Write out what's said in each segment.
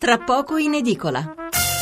tra poco in edicola.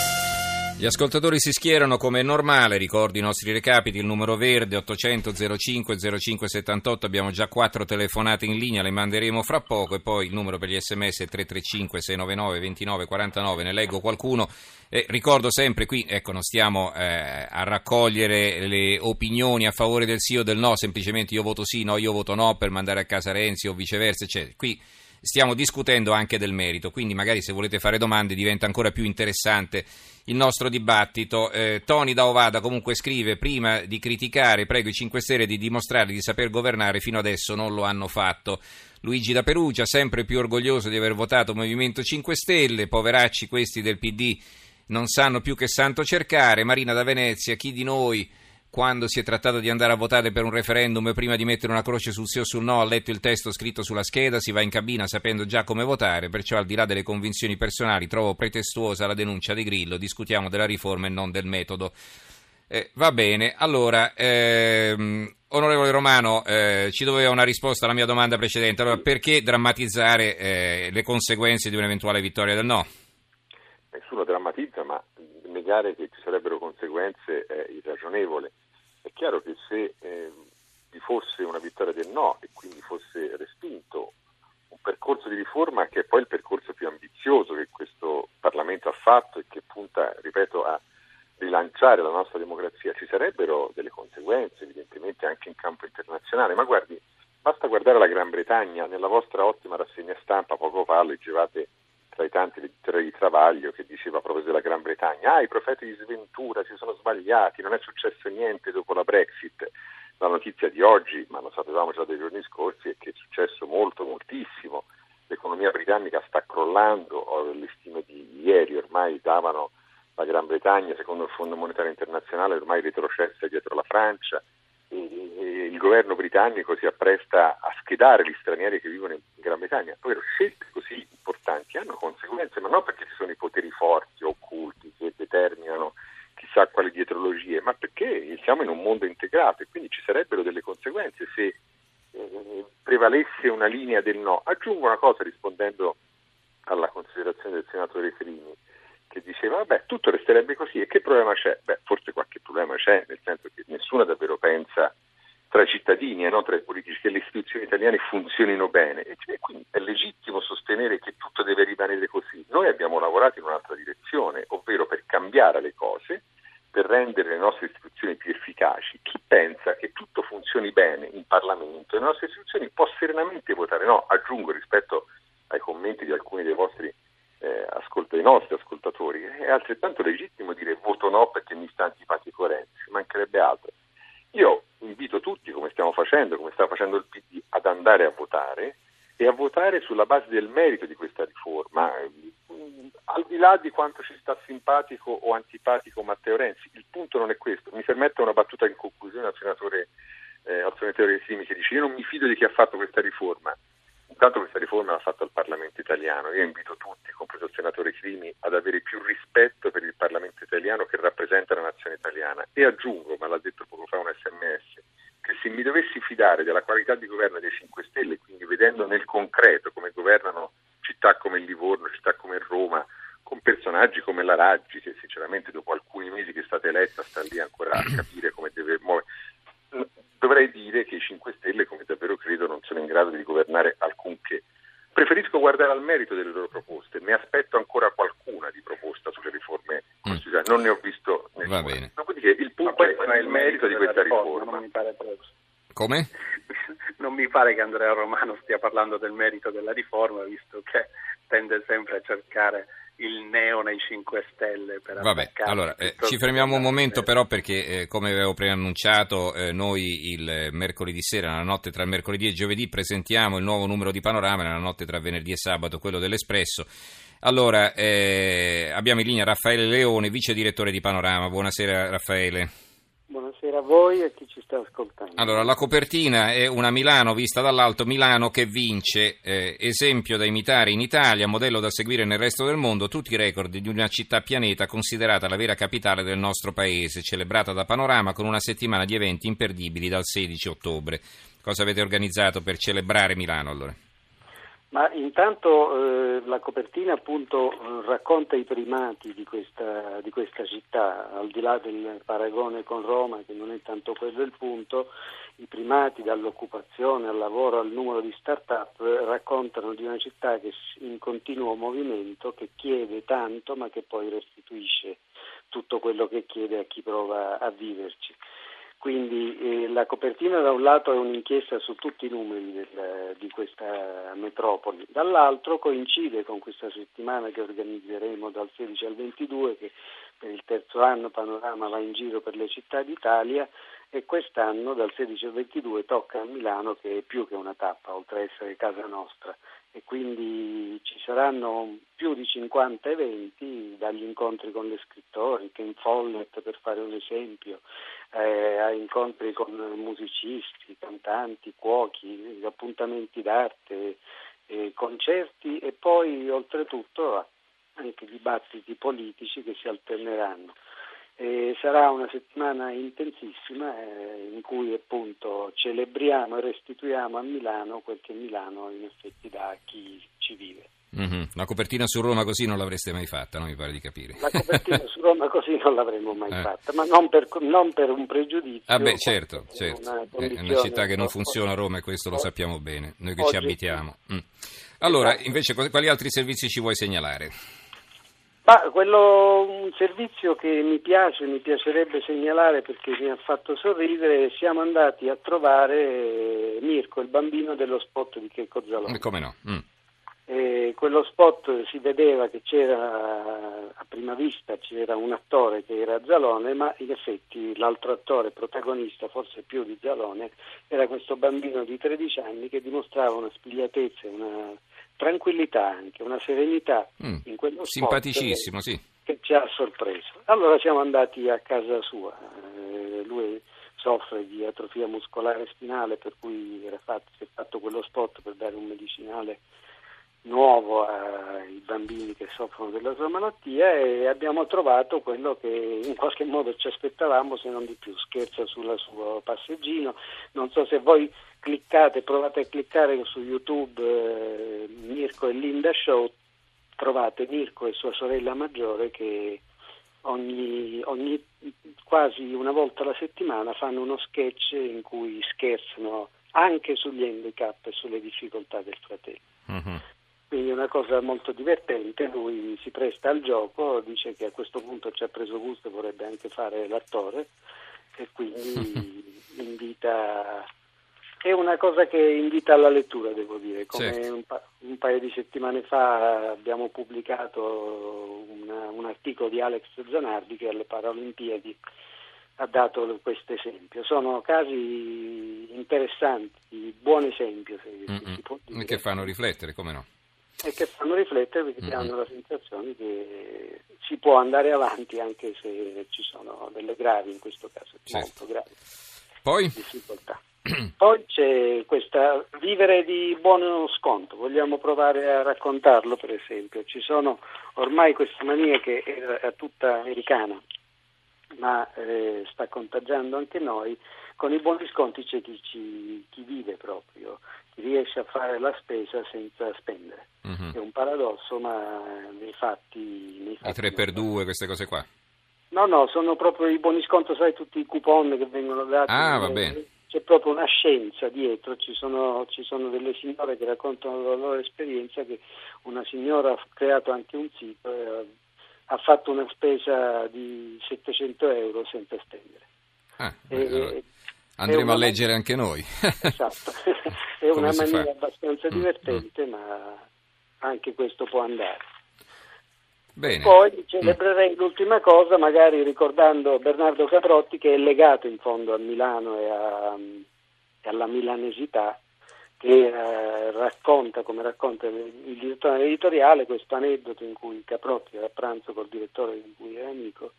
Gli ascoltatori si schierano come è normale, ricordo i nostri recapiti, il numero verde 800 05 05 78, abbiamo già 4 telefonate in linea, le manderemo fra poco, e poi il numero per gli sms è 335 699 29 49, ne leggo qualcuno. Ricordo sempre qui, ecco, non stiamo a raccogliere le opinioni a favore del sì o del no, semplicemente io voto sì, no, io voto no per mandare a casa Renzi o viceversa, eccetera. Qui stiamo discutendo anche del merito, quindi magari se volete fare domande diventa ancora più interessante il nostro dibattito. Tony da Ovada comunque scrive: prima di criticare prego i 5 Stelle di dimostrare di saper governare, fino adesso non lo hanno fatto. Luigi da Perugia, sempre più orgoglioso di aver votato Movimento 5 Stelle, poveracci questi del PD non sanno più che santo cercare. Marina da Venezia, chi di noi, quando si è trattato di andare a votare per un referendum, prima di mettere una croce sul sì o sul no ha letto il testo scritto sulla scheda, si va in cabina sapendo già come votare, perciò al di là delle convinzioni personali trovo pretestuosa la denuncia di Grillo, discutiamo della riforma e non del metodo. Va bene, allora, onorevole Romano, ci doveva una risposta alla mia domanda precedente, allora perché drammatizzare le conseguenze di un'eventuale vittoria del no? Nessuno drammatizza, ma negare che ci sarebbero conseguenze è irragionevole. È chiaro che se vi fosse una vittoria del no e quindi fosse respinto un percorso di riforma che è poi il percorso più ambizioso che questo Parlamento ha fatto e che punta, ripeto, a rilanciare la nostra democrazia, ci sarebbero delle conseguenze evidentemente anche in campo internazionale, ma guardi, basta guardare la Gran Bretagna. Nella vostra ottima rassegna stampa poco fa leggevate tra i tanti lettori di Travaglio che diceva proprio della Gran Bretagna: i profeti di sventura si sono sbagliati, non è successo niente dopo la Brexit. La notizia di oggi, ma lo sapevamo già dai giorni scorsi, è che è successo moltissimo. L'economia britannica sta crollando, le stime di ieri ormai davano la Gran Bretagna, secondo il Fondo Monetario Internazionale, ormai retrocessa dietro la Francia, e il governo britannico si appresta a schedare gli stranieri che vivono in Gran Bretagna. Ovvero, scelte così importanti hanno conseguenze, ma non perché ci sono i poteri forti o occulti che determinano chissà quali dietrologie, ma perché siamo in un mondo integrato e quindi ci sarebbero delle conseguenze se prevalesse una linea del no. Aggiungo una cosa rispondendo alla considerazione del senatore Crimi, che diceva vabbè, tutto resterebbe così e che problema c'è? Forse qualche problema c'è, nel senso che nessuno davvero pensa tra i cittadini e non tra i politici che le istituzioni italiane funzionino bene, e quindi è legittimo sostenere che tutto deve rimanere così. Noi abbiamo lavorato in un'altra direzione, ovvero per cambiare le cose, per rendere le nostre istituzioni più efficaci. Chi pensa che tutto funzioni bene in Parlamento e le nostre istituzioni può serenamente votare no. Aggiungo, rispetto ai commenti di alcuni dei vostri dei nostri ascoltatori, è altrettanto legittimo dire voto no perché mi sta antipatico Renzi, ci mancherebbe altro. Io invito tutti, come stiamo facendo, come sta facendo il PD, ad andare a votare e a votare sulla base del merito di questa riforma, al di là di quanto ci sta simpatico o antipatico Matteo Renzi. Il punto non è questo. Mi permetta una battuta in conclusione al senatore Simi, che dice: io non mi fido di chi ha fatto questa riforma. Intanto questa riforma l'ha fatta il Parlamento italiano. Io invito tutti, compreso il senatore Crimi, ad avere più rispetto per il Parlamento italiano che rappresenta la nazione italiana. E aggiungo, ma l'ha detto poco fa un SMS, che se mi dovessi fidare della qualità di governo dei 5 Stelle, quindi vedendo nel concreto come governano città come Livorno, città come Roma, con personaggi come la Raggi, che sinceramente dopo alcuni mesi che è stata eletta sta lì ancora a capire come deve muovere, dovrei dire che i 5 Stelle, come davvero credo, non sono in grado di governare alcunché. Preferisco guardare al merito delle loro proposte, ne aspetto ancora qualcuna di proposta sulle riforme costituzionali, non ne ho visto nessuna. Va bene. Dopodiché il punto è il merito di questa riforma. Non mi pare proprio. Come? Non mi pare che Andrea Romano stia parlando del merito della riforma, visto che tende sempre a cercare il neo nei 5 Stelle per Vabbè, allora ci fermiamo un momento però, perché come avevo preannunciato noi il mercoledì sera, nella notte tra il mercoledì e giovedì, presentiamo il nuovo numero di Panorama, nella notte tra venerdì e sabato quello dell'Espresso. Allora abbiamo in linea Raffaele Leone, vice direttore di Panorama. Buonasera Raffaele. Buonasera a voi e a chi ci sta ascoltando. Allora, la copertina è una Milano vista dall'alto, Milano che vince, esempio da imitare in Italia, modello da seguire nel resto del mondo, tutti i record di una città pianeta considerata la vera capitale del nostro paese, celebrata da Panorama con una settimana di eventi imperdibili dal 16 ottobre. Cosa avete organizzato per celebrare Milano allora? Ma intanto la copertina appunto racconta i primati di questa città, al di là del paragone con Roma, che non è tanto quello il punto. I primati dall'occupazione al lavoro al numero di start-up raccontano di una città che è in continuo movimento, che chiede tanto ma che poi restituisce tutto quello che chiede a chi prova a viverci. Quindi la copertina da un lato è un'inchiesta su tutti i numeri di questa metropoli, dall'altro coincide con questa settimana che organizzeremo dal 16 al 22, che per il terzo anno Panorama va in giro per le città d'Italia, e quest'anno dal 16 al 22 tocca a Milano, che è più che una tappa, oltre a essere casa nostra, e quindi ci saranno più di 50 eventi, dagli incontri con gli scrittori, Ken Follett per fare un esempio, a incontri con musicisti, cantanti, cuochi, appuntamenti d'arte, concerti e poi oltretutto anche dibattiti politici che si alterneranno. Sarà una settimana intensissima in cui appunto celebriamo e restituiamo a Milano quel che Milano in effetti dà a chi ci vive. Mm-hmm. La copertina su Roma così non l'avreste mai fatta, no? Mi pare di capire. La copertina su Roma così non l'avremmo mai fatta, ma non per un pregiudizio. Ah beh, certo. È una città che non funziona, Roma, e questo lo sappiamo bene, noi che ci abitiamo. Allora, invece, quali altri servizi ci vuoi segnalare? Un servizio che mi piacerebbe segnalare perché mi ha fatto sorridere. Siamo andati a trovare Mirko, il bambino dello spot di Checco Zalone. Come no? Quello spot si vedeva che c'era, a prima vista c'era un attore che era Zalone, ma in effetti l'altro attore protagonista, forse più di Zalone, era questo bambino di 13 anni che dimostrava una spigliatezza, una tranquillità anche, una serenità in quello spot simpaticissimo, sì, che ci ha sorpreso. Allora siamo andati a casa sua, lui soffre di atrofia muscolare spinale, per cui si è fatto quello spot per dare un medicinale nuovo ai bambini che soffrono della sua malattia, e abbiamo trovato quello che in qualche modo ci aspettavamo, se non di più. Scherza sul suo passeggino. Non so se voi provate a cliccare su YouTube Mirko e Linda Show, trovate Mirko e sua sorella maggiore che ogni quasi una volta alla settimana fanno uno sketch in cui scherzano anche sugli handicap e sulle difficoltà del fratello. Mm-hmm. Quindi è una cosa molto divertente. Lui si presta al gioco, dice che a questo punto ci ha preso gusto e vorrebbe anche fare l'attore, e quindi invita. È una cosa che invita alla lettura, devo dire. Come certo. Un paio di settimane fa abbiamo pubblicato un articolo di Alex Zanardi che alle Paralimpiadi ha dato questo esempio. Sono casi interessanti, buon esempio, se si può dire. Che fanno riflettere, come no? E che fanno riflettere perché ti hanno la sensazione che si può andare avanti anche se ci sono delle gravi, in questo caso molto gravi, difficoltà. Poi c'è questa vivere di buono sconto, vogliamo provare a raccontarlo. Per esempio ci sono ormai questa mania che è tutta americana, ma sta contagiando anche noi. Con i buoni sconti c'è chi vive proprio, chi riesce a fare la spesa senza spendere. È un paradosso, ma nei fatti i 3x2, queste cose qua. No, sono proprio i buoni sconto, sai, tutti i coupon che vengono dati. Va bene. C'è proprio una scienza dietro, ci sono delle signore che raccontano la loro esperienza, che una signora ha creato anche un sito e ha fatto una spesa di 700 euro senza spendere. Allora andremo a leggere anche noi. Esatto, è una maniera abbastanza divertente, ma anche questo può andare. Bene. Poi celebrerei l'ultima cosa, magari ricordando Bernardo Caprotti, che è legato in fondo a Milano e alla milanesità, che racconta, come racconta il direttore dell'editoriale, questo aneddoto in cui Caprotti era a pranzo col direttore di cui era amico,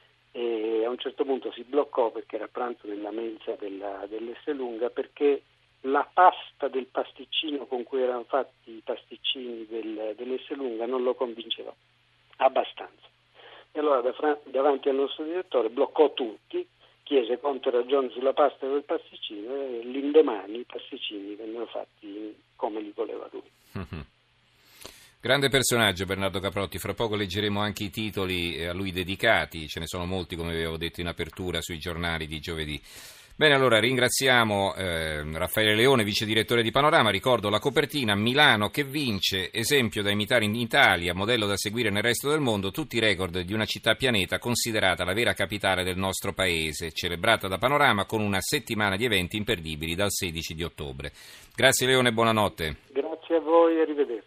e a un certo punto si bloccò perché era a pranzo nella mensa dell'Esselunga, perché la pasta del pasticcino con cui erano fatti i pasticcini dell'Esselunga non lo convinceva abbastanza. E allora davanti al nostro direttore bloccò tutti, chiese conto e ragione sulla pasta del pasticcino, e l'indomani i pasticcini vennero fatti come li voleva lui. Grande personaggio Bernardo Caprotti, fra poco leggeremo anche i titoli a lui dedicati, ce ne sono molti come avevo detto in apertura sui giornali di giovedì. Bene, allora ringraziamo Raffaele Leone, vice direttore di Panorama. Ricordo la copertina: Milano che vince, esempio da imitare in Italia, modello da seguire nel resto del mondo, tutti i record di una città pianeta considerata la vera capitale del nostro paese, celebrata da Panorama con una settimana di eventi imperdibili dal 16 di ottobre. Grazie Leone, buonanotte. Grazie a voi, arrivederci.